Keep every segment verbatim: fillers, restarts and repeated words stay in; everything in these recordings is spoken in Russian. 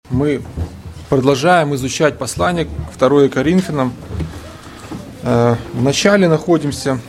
Мы продолжаем изучать послание второе Коринфянам. В начале находимся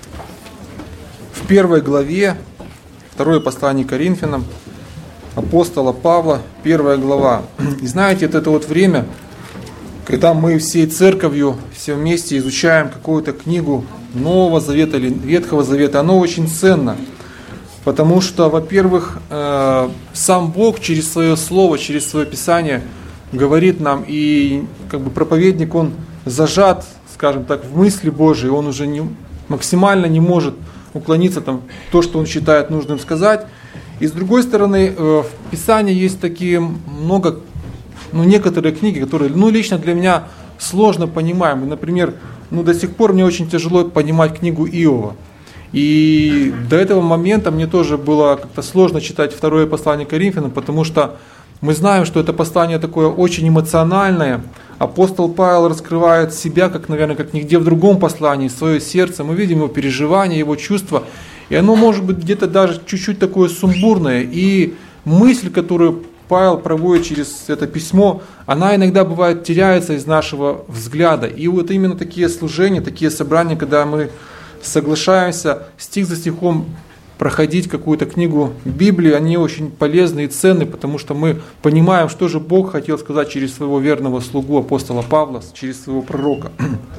в первой главе, второе послание Коринфянам, апостола Павла, первая глава. И знаете, это, это вот время, когда мы всей церковью все вместе изучаем какую-то книгу Нового Завета или Ветхого Завета, оно очень ценно. Потому что, во-первых, сам Бог через свое слово, через свое Писание говорит нам, и как бы проповедник, он зажат, скажем так, в мысли Божией, он уже не, максимально не может уклониться там, в то, что он считает нужным сказать. И с другой стороны, в Писании есть такие много, ну, некоторые книги, которые, ну, лично для меня сложно понимаемы. Например, ну, до сих пор мне очень тяжело понимать книгу Иова. И до этого момента мне тоже было как-то сложно читать второе послание Коринфянам, потому что мы знаем, что это послание такое очень эмоциональное. Апостол Павел раскрывает себя, как, наверное, как нигде в другом послании, свое сердце. Мы видим его переживания, его чувства. И оно может быть где-то даже чуть-чуть такое сумбурное. И мысль, которую Павел проводит через это письмо, она иногда бывает теряется из нашего взгляда. И вот именно такие служения, такие собрания, когда мы соглашаемся стих за стихом проходить какую-то книгу Библии, они очень полезны и ценны, потому что мы понимаем, что же Бог хотел сказать через своего верного слугу апостола Павла, через своего пророка.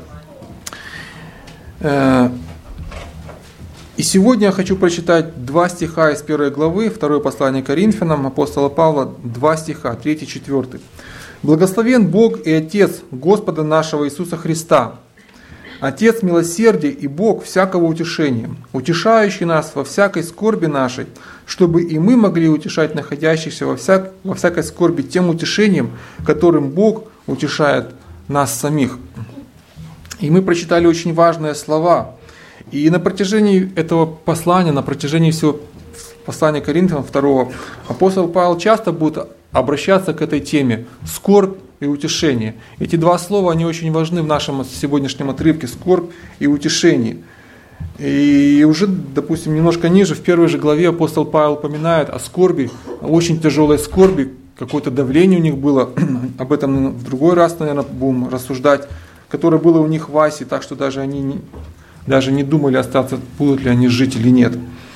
И сегодня я хочу прочитать два стиха из первой главы, второе послание Коринфянам, апостола Павла, два стиха, третий, четвертый. «Благословен Бог и Отец Господа нашего Иисуса Христа, Отец милосердия и Бог всякого утешения, утешающий нас во всякой скорби нашей, чтобы и мы могли утешать находящихся во, всяк, во всякой скорби тем утешением, которым Бог утешает нас самих». И мы прочитали очень важные слова. И на протяжении этого послания, на протяжении всего послания Коринфянам второго, апостол Павел часто будет обращаться к этой теме «скорбь и утешение». Эти два слова, они очень важны в нашем сегодняшнем отрывке: скорбь и утешение. И уже, допустим, немножко ниже, в первой же главе апостол Павел упоминает о скорби, о очень тяжелой скорби, какое-то давление у них было, об этом в другой раз, наверное, будем рассуждать, которое было у них в Асе, так что даже они не, даже не думали остаться, будут ли они жить или нет.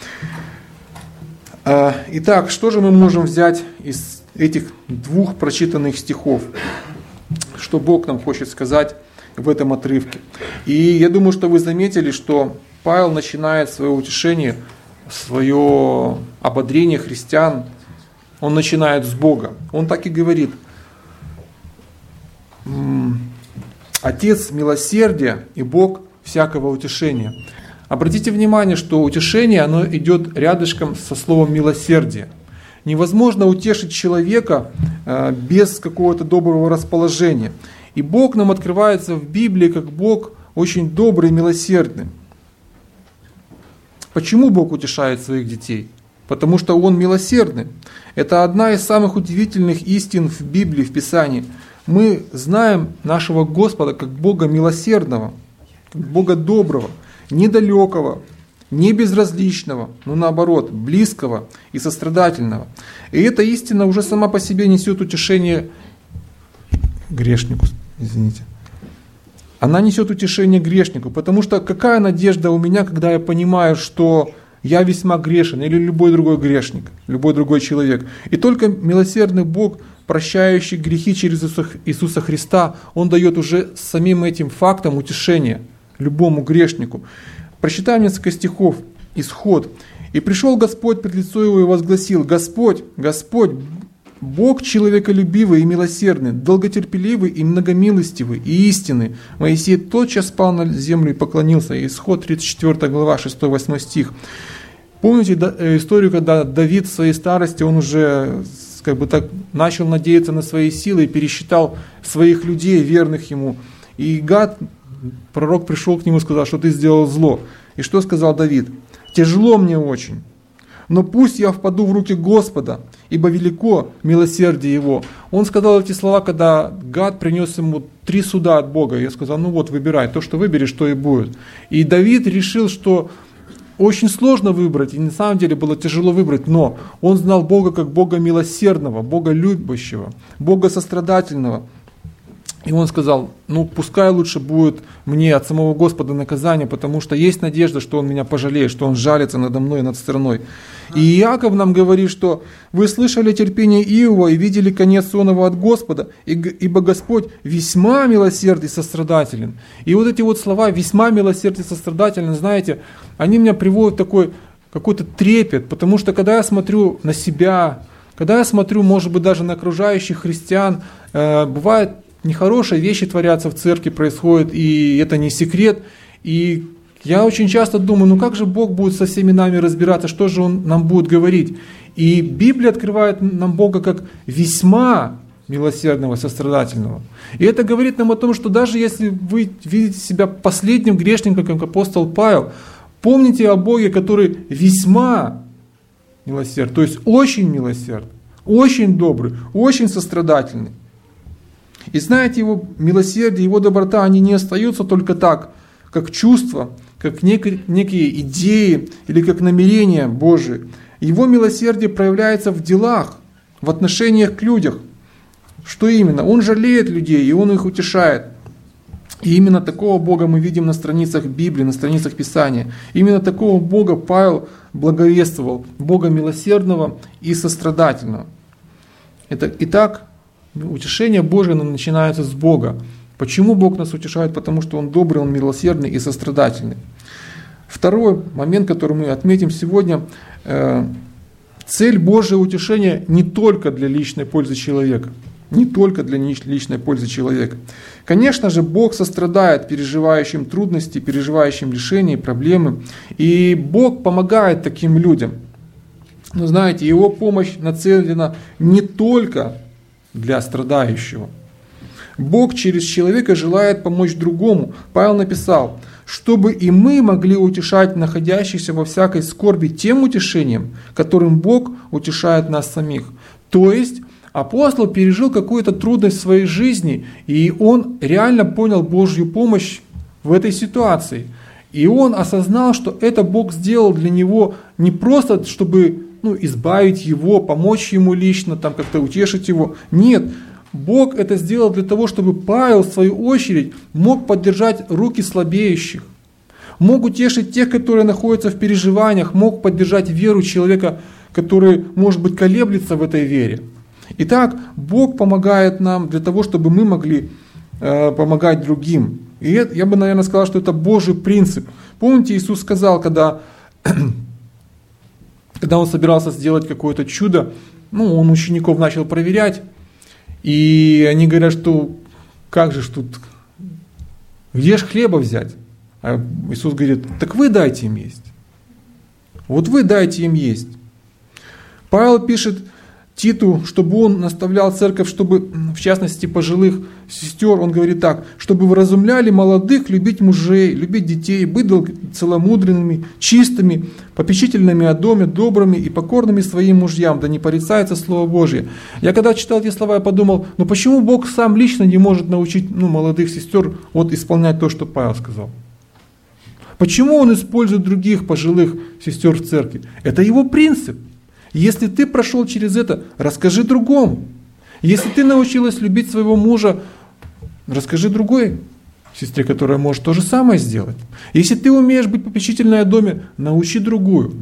Итак, что же мы можем взять из этих двух прочитанных стихов, что Бог нам хочет сказать в этом отрывке? И я думаю, что вы заметили, что Павел начинает свое утешение, свое ободрение христиан, он начинает с Бога. Он так и говорит: «Отец милосердия и Бог всякого утешения». Обратите внимание, что утешение, оно идет рядышком со словом «милосердие». Невозможно утешить человека без какого-то доброго расположения. И Бог нам открывается в Библии как Бог очень добрый и милосердный. Почему Бог утешает своих детей? Потому что Он милосердный. Это одна из самых удивительных истин в Библии, в Писании. Мы знаем нашего Господа как Бога милосердного, как Бога доброго, недалекого, не безразличного, но наоборот, близкого и сострадательного. И эта истина уже сама по себе несет утешение грешнику. Извините. Она несет утешение грешнику, потому что какая надежда у меня, когда я понимаю, что я весьма грешен, или любой другой грешник, любой другой человек. И только милосердный Бог, прощающий грехи через Иисуса Христа, Он дает уже самим этим фактом утешение любому грешнику. Прочитаем несколько стихов. Исход. «И пришел Господь пред лицо его и возгласил: Господь, Господь, Бог человеколюбивый и милосердный, долготерпеливый и многомилостивый и истинный. Моисей тотчас спал на землю и поклонился». Исход тридцать четвёртая глава, шестой-восьмой стих. Помните историю, когда Давид в своей старости, он уже как бы так начал надеяться на свои силы и пересчитал своих людей, верных ему. И Гад, пророк, пришел к нему и сказал, что ты сделал зло. И что сказал Давид? «Тяжело мне очень, но пусть я впаду в руки Господа, ибо велико милосердие Его». Он сказал эти слова, когда Гад принес ему три суда от Бога. И я сказал: ну вот, выбирай, то, что выберешь, то и будет. И Давид решил, что очень сложно выбрать, и на самом деле было тяжело выбрать, но он знал Бога как Бога милосердного, Бога любящего, Бога сострадательного. И он сказал, ну пускай лучше будет мне от самого Господа наказание, потому что есть надежда, что Он меня пожалеет, что Он жалится надо мной и над страной. И Иаков нам говорит, что вы слышали терпение Иова и видели конец сонного от Господа, ибо Господь весьма милосерд и сострадателен. И вот эти вот слова «весьма милосерд и сострадателен», знаете, они меня приводят в такой какой-то трепет, потому что когда я смотрю на себя, когда я смотрю, может быть, даже на окружающих христиан, э, бывает, нехорошие вещи творятся в церкви, происходят, и это не секрет. И я очень часто думаю, ну как же Бог будет со всеми нами разбираться, что же Он нам будет говорить? И Библия открывает нам Бога как весьма милосердного, сострадательного. И это говорит нам о том, что даже если вы видите себя последним грешником, как апостол Павел, помните о Боге, который весьма милосерд, то есть очень милосерд, очень добрый, очень сострадательный. И знаете, Его милосердие, Его доброта, они не остаются только так, как чувства, как некие, некие идеи или как намерения Божии. Его милосердие проявляется в делах, в отношениях к людям. Что именно? Он жалеет людей, и Он их утешает. И именно такого Бога мы видим на страницах Библии, на страницах Писания. Именно такого Бога Павел благовествовал, Бога милосердного и сострадательного. Итак, утешение Божие начинается с Бога. Почему Бог нас утешает? Потому что Он добрый, Он милосердный и сострадательный. Второй момент, который мы отметим сегодня. Цель Божьего утешения не только для личной пользы человека. Не только для личной пользы человека. Конечно же, Бог сострадает переживающим трудности, переживающим лишения, проблемы. И Бог помогает таким людям. Но знаете, Его помощь нацелена не только для страдающего. Бог через человека желает помочь другому. Павел написал, чтобы и мы могли утешать находящихся во всякой скорби тем утешением, которым Бог утешает нас самих. То есть апостол пережил какую-то трудность в своей жизни, и он реально понял Божью помощь в этой ситуации. И он осознал, что это Бог сделал для него не просто, чтобы ну, избавить его, помочь ему лично, там как-то утешить его. Нет, Бог это сделал для того, чтобы Павел, в свою очередь, мог поддержать руки слабеющих, мог утешить тех, которые находятся в переживаниях, мог поддержать веру человека, который, может быть, колеблется в этой вере. Итак, Бог помогает нам для того, чтобы мы могли э, помогать другим. И это, я бы, наверное, сказал, что это Божий принцип. Помните, Иисус сказал, когда... Когда он собирался сделать какое-то чудо, ну, он учеников начал проверять, и они говорят, что как же ж тут, где же хлеба взять? А Иисус говорит, так вы дайте им есть. Вот вы дайте им есть. Павел пишет Титу, чтобы он наставлял церковь, чтобы, в частности, пожилых сестер, он говорит так, чтобы вразумляли молодых любить мужей, любить детей, быть целомудренными, чистыми, попечительными о доме, добрыми и покорными своим мужьям, да не порицается Слово Божие. Я когда читал эти слова, я подумал, ну почему Бог сам лично не может научить ну, молодых сестер вот исполнять то, что Павел сказал? Почему он использует других пожилых сестер в церкви? Это его принцип. Если ты прошел через это, расскажи другому. Если ты научилась любить своего мужа, расскажи другой сестре, которая может то же самое сделать. Если ты умеешь быть попечительной о доме, научи другую.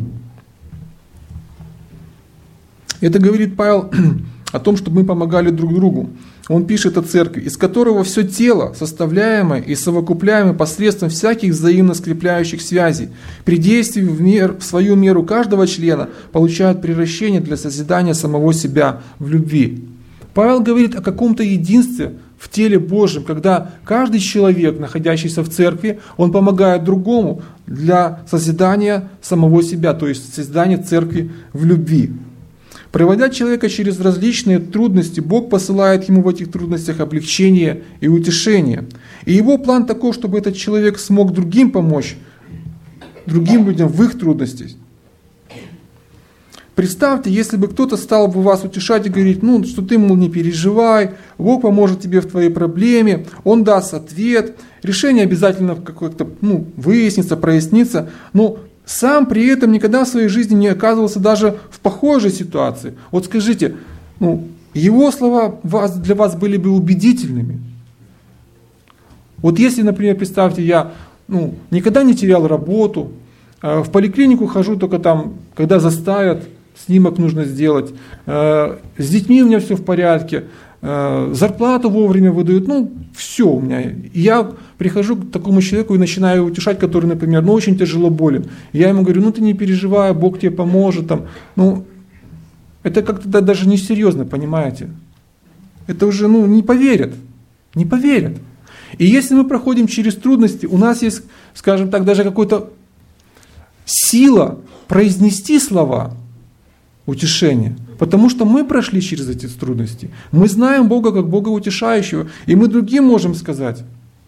Это говорит Павел о том, чтобы мы помогали друг другу. Он пишет о церкви, из которого все тело, составляемое и совокупляемое посредством всяких взаимно скрепляющих связей, при действии в, мер, в свою меру каждого члена получает превращение для созидания самого себя в любви. Павел говорит о каком-то единстве в теле Божьем, когда каждый человек, находящийся в церкви, он помогает другому для созидания самого себя, то есть созидания церкви в любви. Проводя человека через различные трудности, Бог посылает ему в этих трудностях облегчение и утешение. И его план такой, чтобы этот человек смог другим помочь, другим людям в их трудностях. Представьте, если бы кто-то стал бы вас утешать и говорить, ну, что ты, мол, не переживай, Бог поможет тебе в твоей проблеме, Он даст ответ, решение обязательно как-то ну, выяснится, прояснится, но сам при этом никогда в своей жизни не оказывался даже в похожей ситуации. Вот скажите, ну, его слова вас, для вас были бы убедительными. Вот если, например, представьте, я ну, никогда не терял работу, в поликлинику хожу только там, когда заставят, снимок нужно сделать, с детьми у меня все в порядке, зарплату вовремя выдают, ну все у меня. И я прихожу к такому человеку и начинаю его утешать, который, например, ну очень тяжело болен. Я ему говорю, ну ты не переживай, Бог тебе поможет. Там. Ну, это как-то даже несерьезно, понимаете? Это уже ну, не поверят, не поверят. И если мы проходим через трудности, у нас есть, скажем так, даже какая-то сила произнести слова утешения. Потому что мы прошли через эти трудности. Мы знаем Бога как Бога утешающего. И мы другим можем сказать,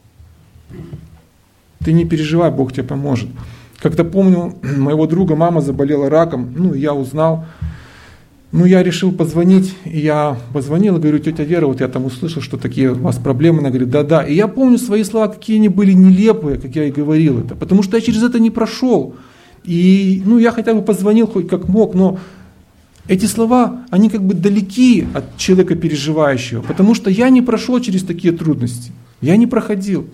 ты не переживай, Бог тебе поможет. Как-то помню, моего друга мама заболела раком. Ну, я узнал. Ну, я решил позвонить. И я позвонил и говорю, тетя Вера, вот я там услышал, что такие у вас проблемы. Она говорит, да-да. И я помню свои слова, какие они были нелепые, как я и говорил это. Потому что я через это не прошел. И ну, я хотя бы позвонил хоть как мог, но эти слова, они как бы далеки от человека переживающего, потому что я не прошел через такие трудности, я не проходил.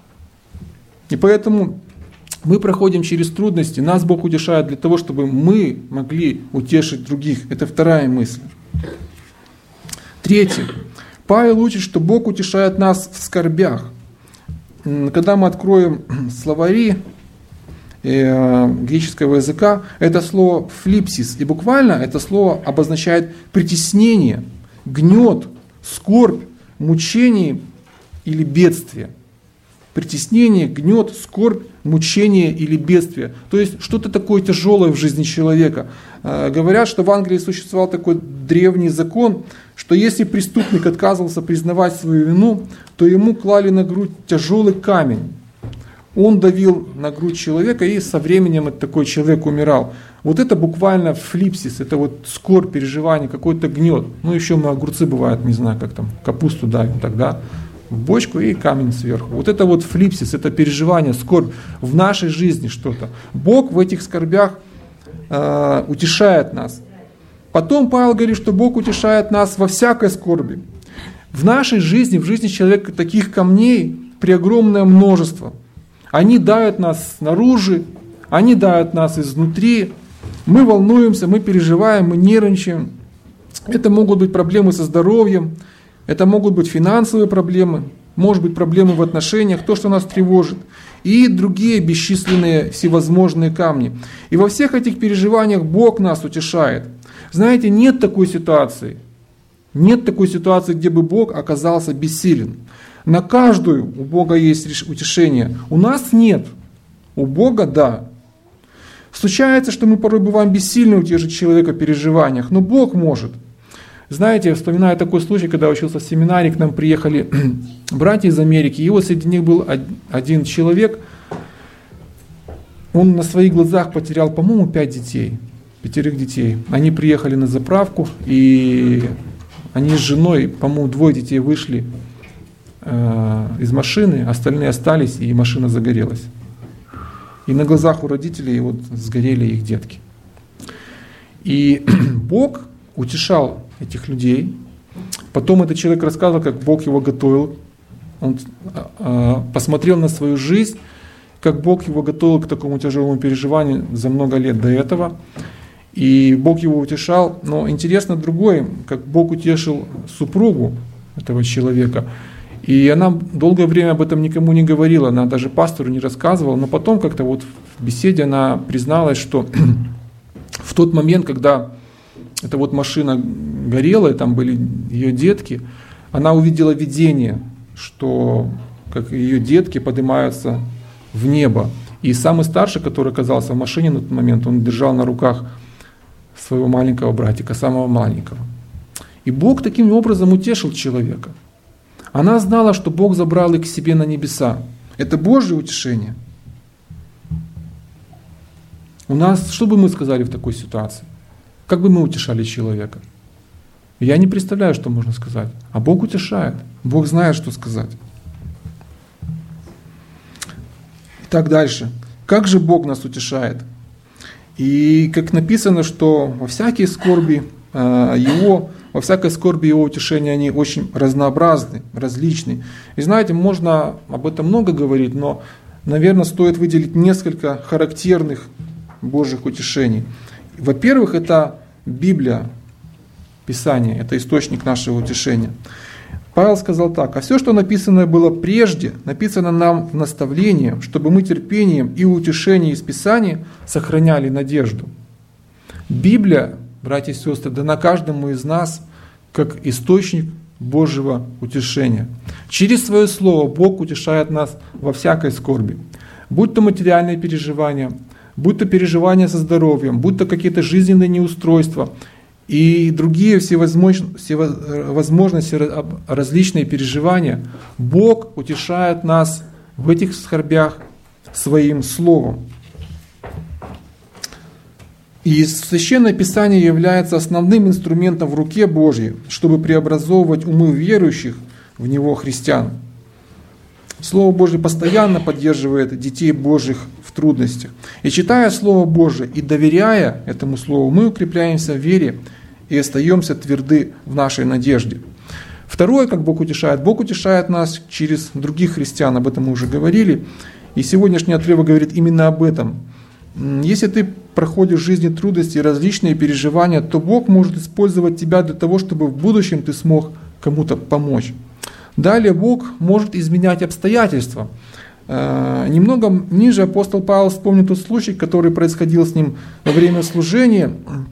И поэтому мы проходим через трудности, нас Бог утешает для того, чтобы мы могли утешить других. Это вторая мысль. Третье. Павел учит, что Бог утешает нас в скорбях. Когда мы откроем словари греческого языка, это слово флипсис, и буквально это слово обозначает притеснение, гнет, скорбь, мучение или бедствие. Притеснение, гнет, скорбь, мучение или бедствие. То есть что-то такое тяжелое в жизни человека. Говорят, что в Англии существовал такой древний закон, что если преступник отказывался признавать свою вину, то ему клали на грудь тяжелый камень. Он давил на грудь человека, и со временем этот такой человек умирал. Вот это буквально флипсис, это вот скорбь, переживание, какой-то гнет. Ну еще мы огурцы бывают, не знаю, как там, капусту давим тогда, в бочку и камень сверху. Вот это вот флипсис, это переживание, скорбь в нашей жизни что-то. Бог в этих скорбях э, утешает нас. Потом Павел говорит, что Бог утешает нас во всякой скорби. В нашей жизни, в жизни человека таких камней преогромное множество. Они давят нас снаружи, они давят нас изнутри. Мы волнуемся, мы переживаем, мы нервничаем. Это могут быть проблемы со здоровьем, это могут быть финансовые проблемы, может быть проблемы в отношениях, то, что нас тревожит, и другие бесчисленные всевозможные камни. И во всех этих переживаниях Бог нас утешает. Знаете, нет такой ситуации, нет такой ситуации, где бы Бог оказался бессилен. На каждую у Бога есть утешение. У нас нет. У Бога да. Случается, что мы порой бываем бессильны утешить человека в переживаниях, но Бог может. Знаете, я вспоминаю такой случай, когда я учился в семинарии, к нам приехали братья из Америки, и вот среди них был один человек, он на своих глазах потерял, по-моему, пять детей, пятерых детей. Они приехали на заправку, и они с женой, по-моему, двое детей вышли из машины, остальные остались, и машина загорелась. И на глазах у родителей вот сгорели их детки. И Бог утешал этих людей. Потом этот человек рассказывал, как Бог его готовил. Он э, посмотрел на свою жизнь, как Бог его готовил к такому тяжелому переживанию за много лет до этого. И Бог его утешал. Но интересно другое, как Бог утешил супругу этого человека. И она долгое время об этом никому не говорила, она даже пастору не рассказывала, но потом как-то вот в беседе она призналась, что в тот момент, когда эта вот машина горела, и там были ее детки, она увидела видение, что как ее детки поднимаются в небо. И самый старший, который оказался в машине на тот момент, он держал на руках своего маленького братика, самого маленького. И Бог таким образом утешил человека. Она знала, что Бог забрал их к себе на небеса. Это Божье утешение. У нас, что бы мы сказали в такой ситуации? Как бы мы утешали человека? Я не представляю, что можно сказать. А Бог утешает. Бог знает, что сказать. Итак, дальше. Как же Бог нас утешает? И как написано, что во всякой скорби его, во всякой скорби его утешения, они очень разнообразны, различны. И знаете, можно об этом много говорить, но, наверное, стоит выделить несколько характерных Божьих утешений. Во-первых, это Библия, Писание, это источник нашего утешения. Павел сказал так: «А все, что написано было прежде, написано нам в наставление, чтобы мы терпением и утешением из Писания сохраняли надежду». Библия, братья и сестры, дана каждому из нас как источник Божьего утешения. Через свое Слово Бог утешает нас во всякой скорби. Будь то материальные переживания, будь то переживания со здоровьем, будь то какие-то жизненные неустройства и другие всевозможности, различные переживания, Бог утешает нас в этих скорбях Своим Словом. И Священное Писание является основным инструментом в руке Божьей, чтобы преобразовывать умы верующих в него христиан. Слово Божье постоянно поддерживает детей Божьих в трудностях. И читая Слово Божье и доверяя этому Слову, мы укрепляемся в вере и остаемся тверды в нашей надежде. Второе, как Бог утешает, Бог утешает нас через других христиан, об этом мы уже говорили. И сегодняшний отрывок говорит именно об этом. Если ты проходишь в жизни трудности и различные переживания, то Бог может использовать тебя для того, чтобы в будущем ты смог кому-то помочь. Далее Бог может изменять обстоятельства. Немного ниже апостол Павел вспомнит тот случай, который происходил с ним во время служения.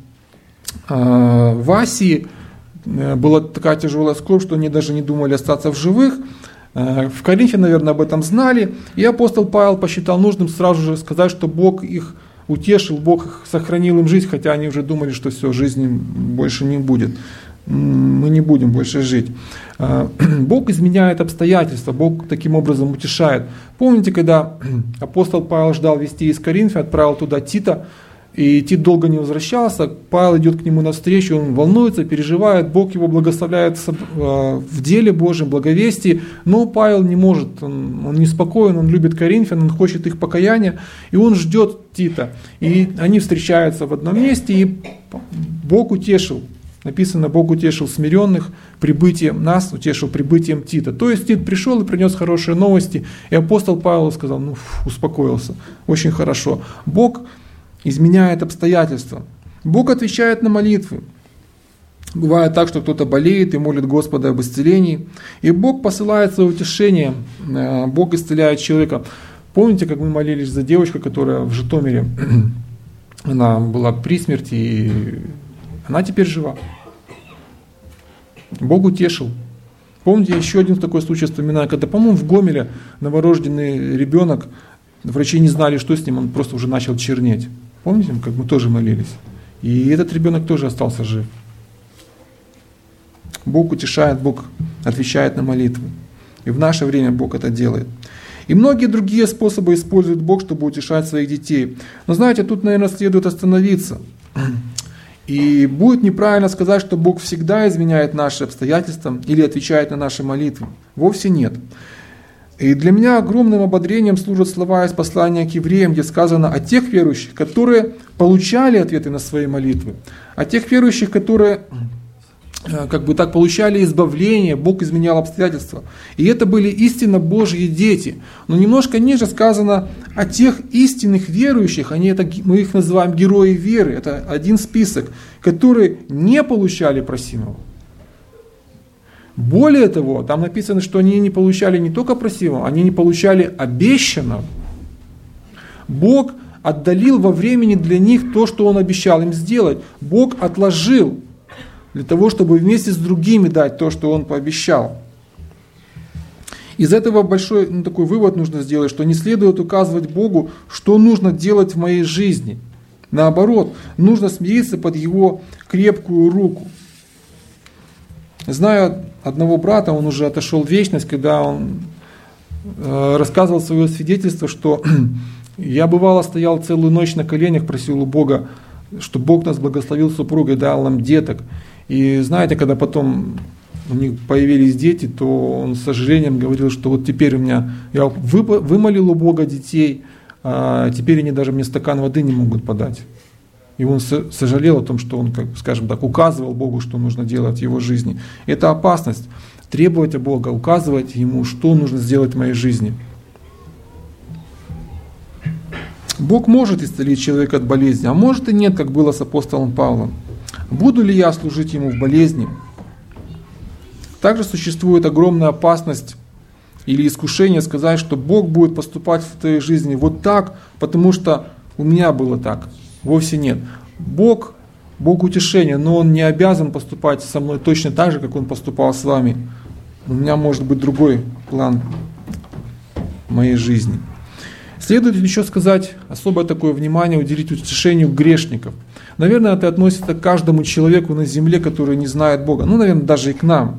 В Асии была такая тяжелая скорбь, что они даже не думали остаться в живых. В Коринфе, наверное, об этом знали. И апостол Павел посчитал нужным сразу же сказать, что Бог их утешил, Бог их сохранил им жизнь, хотя они уже думали, что все, жизни больше не будет. Мы не будем больше жить. Бог изменяет обстоятельства, Бог таким образом утешает. Помните, когда апостол Павел ждал вести из Коринфа, отправил туда Тита, и Тит долго не возвращался, Павел идет к нему навстречу, он волнуется, переживает, Бог его благословляет в деле Божьем, благовестии, но Павел не может, он, он неспокоен, он любит коринфян, он хочет их покаяния, и он ждет Тита. И они встречаются в одном месте, и Бог утешил, написано, Бог утешил смиренных прибытием, нас утешил прибытием Тита. То есть Тит пришел и принес хорошие новости, и апостол Павел сказал, ну, фу, успокоился, очень хорошо. Бог изменяет обстоятельства. Бог отвечает на молитвы. Бывает так, что кто-то болеет и молит Господа об исцелении. И Бог посылает свое утешение. Бог исцеляет человека. Помните, как мы молились за девочку, которая в Житомире, она была при смерти, и она теперь жива. Бог утешил. Помните, еще один такой случай вспоминаю, когда, по-моему, в Гомеле новорожденный ребенок, врачи не знали, что с ним, он просто уже начал чернеть. Помните, как мы тоже молились? И этот ребенок тоже остался жив. Бог утешает, Бог отвечает на молитвы. И в наше время Бог это делает. И многие другие способы использует Бог, чтобы утешать своих детей. Но знаете, тут, наверное, следует остановиться. И будет неправильно сказать, что Бог всегда изменяет наши обстоятельства или отвечает на наши молитвы. Вовсе нет. И для меня огромным ободрением служат слова из послания к евреям, где сказано о тех верующих, которые получали ответы на свои молитвы, о тех верующих, которые как бы так получали избавление, Бог изменял обстоятельства. И это были истинно Божьи дети. Но немножко ниже сказано о тех истинных верующих, они это, мы их называем герои веры, это один список, которые не получали просимого. Более того, там написано, что они не получали не только просимого, они не получали обещанного. Бог отдалил во времени для них то, что Он обещал им сделать. Бог отложил для того, чтобы вместе с другими дать то, что Он пообещал. Из этого большой ну, такой вывод нужно сделать, что не следует указывать Богу, что нужно делать в моей жизни. Наоборот, нужно смириться под Его крепкую руку. Знаю одного брата, он уже отошел в вечность, когда он э, рассказывал свое свидетельство, что я бывало стоял целую ночь на коленях, просил у Бога, чтобы Бог нас благословил супругой, дал нам деток. И знаете, когда потом у них появились дети, то он с сожалением говорил, что вот теперь у меня, я вымолил у Бога детей, а теперь они даже мне стакан воды не могут подать. и он сожалел о том, что он, как, скажем так, указывал Богу, что нужно делать в его жизни. Это опасность. Требовать от Бога, указывать Ему, что нужно сделать в моей жизни. Бог может исцелить человека от болезни, а может и нет, как было с апостолом Павлом. Буду ли я служить Ему в болезни? Также существует огромная опасность или искушение сказать, что Бог будет поступать в твоей жизни вот так, потому что у меня было так. Вовсе нет. Бог, Бог утешения, но Он не обязан поступать со мной точно так же, как Он поступал с вами. У меня может быть другой план в моей жизни. Следует еще сказать, особое такое внимание уделить утешению грешников. Наверное, это относится к каждому человеку на земле, который не знает Бога. Ну, наверное, даже и к нам.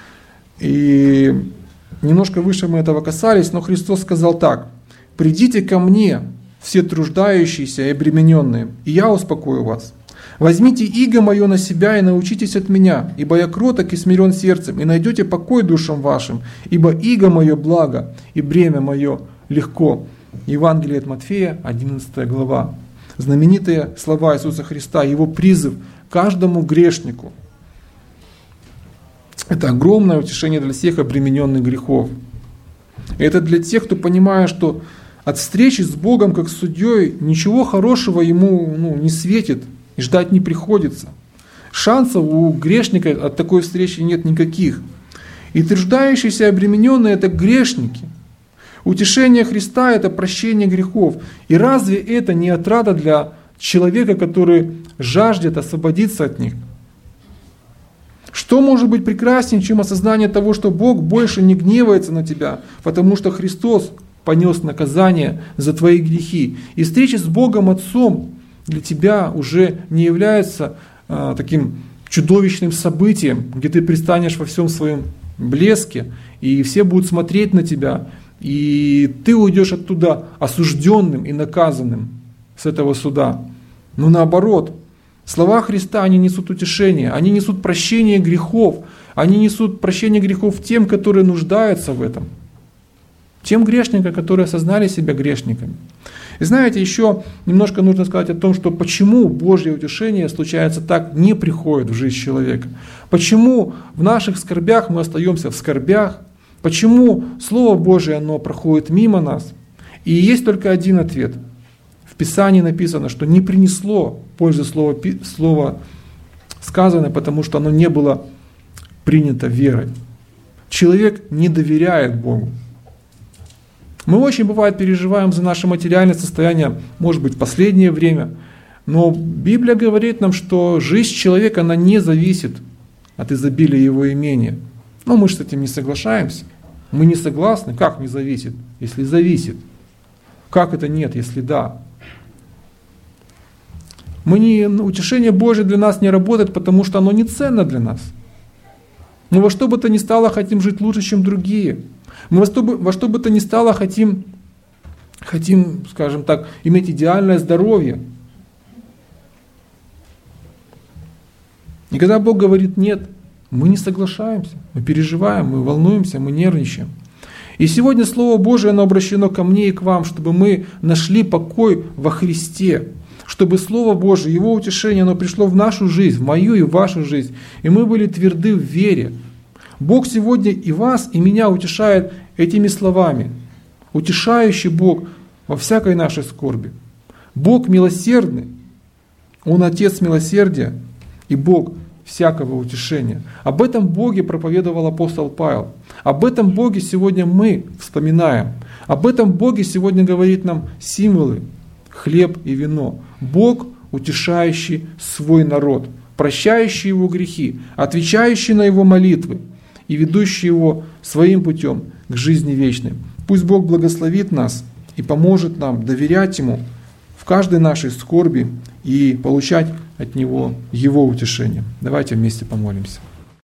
И немножко выше мы этого касались, но Христос сказал так: «Придите ко мне, все труждающиеся и обремененные, и я успокою вас. Возьмите иго мое на себя и научитесь от меня, ибо я кроток и смирен сердцем, и найдете покой душам вашим, ибо иго мое благо, и бремя мое легко». Евангелие от Матфея, одиннадцатая глава. Знаменитые слова Иисуса Христа, Его призыв каждому грешнику. Это огромное утешение для всех обремененных грехов. И это для тех, кто понимает, что от встречи с Богом как с судьей ничего хорошего ему ну, не светит и ждать не приходится. Шансов у грешника от такой встречи нет никаких. И труждающиеся и обремененные — это грешники. Утешение Христа — это прощение грехов. И разве это не отрада для человека, который жаждет освободиться от них? Что может быть прекраснее, чем осознание того, что Бог больше не гневается на тебя, потому что Христос понес наказание за твои грехи. И встреча с Богом Отцом для тебя уже не является а, таким чудовищным событием, где ты предстанешь во всем своем блеске, и все будут смотреть на тебя, и ты уйдешь оттуда осужденным и наказанным с этого суда. Но наоборот, слова Христа, они несут утешение, они несут прощение грехов, они несут прощение грехов тем, которые нуждаются в этом. Тем грешникам, которые осознали себя грешниками. И знаете, еще немножко нужно сказать о том, что почему Божье утешение случается так, не приходит в жизнь человека. Почему в наших скорбях мы остаемся в скорбях. Почему Слово Божие, оно проходит мимо нас? И есть только один ответ. В Писании написано, что не принесло пользы Слово, слово сказанное, потому что оно не было принято верой. Человек не доверяет Богу. Мы очень, бывает, переживаем за наше материальное состояние, может быть, в последнее время, но Библия говорит нам, что жизнь человека, она не зависит от изобилия его имения. Но мы же с этим не соглашаемся. Мы не согласны. Как не зависит, если зависит? Как это нет, если да? Мы не, утешение Божие для нас не работает, потому что оно не ценно для нас. Мы во что бы то ни стало хотим жить лучше, чем другие. Мы во что бы, во что бы то ни стало хотим, хотим, скажем так, иметь идеальное здоровье. И когда Бог говорит «нет», мы не соглашаемся, мы переживаем, мы волнуемся, мы нервничаем. И сегодня Слово Божие, оно обращено ко мне и к вам, чтобы мы нашли покой во Христе, чтобы Слово Божие, Его утешение, оно пришло в нашу жизнь, в мою и в вашу жизнь, и мы были тверды в вере. Бог сегодня и вас, и меня утешает этими словами. Утешающий Бог во всякой нашей скорби. Бог милосердный, Он Отец милосердия и Бог всякого утешения. Об этом Боге проповедовал апостол Павел. Об этом Боге сегодня мы вспоминаем. Об этом Боге сегодня говорит нам символы, хлеб и вино. Бог, утешающий свой народ, прощающий его грехи, отвечающий на его молитвы и ведущий его своим путем к жизни вечной. Пусть Бог благословит нас и поможет нам доверять Ему в каждой нашей скорби и получать от Него Его утешение. Давайте вместе помолимся.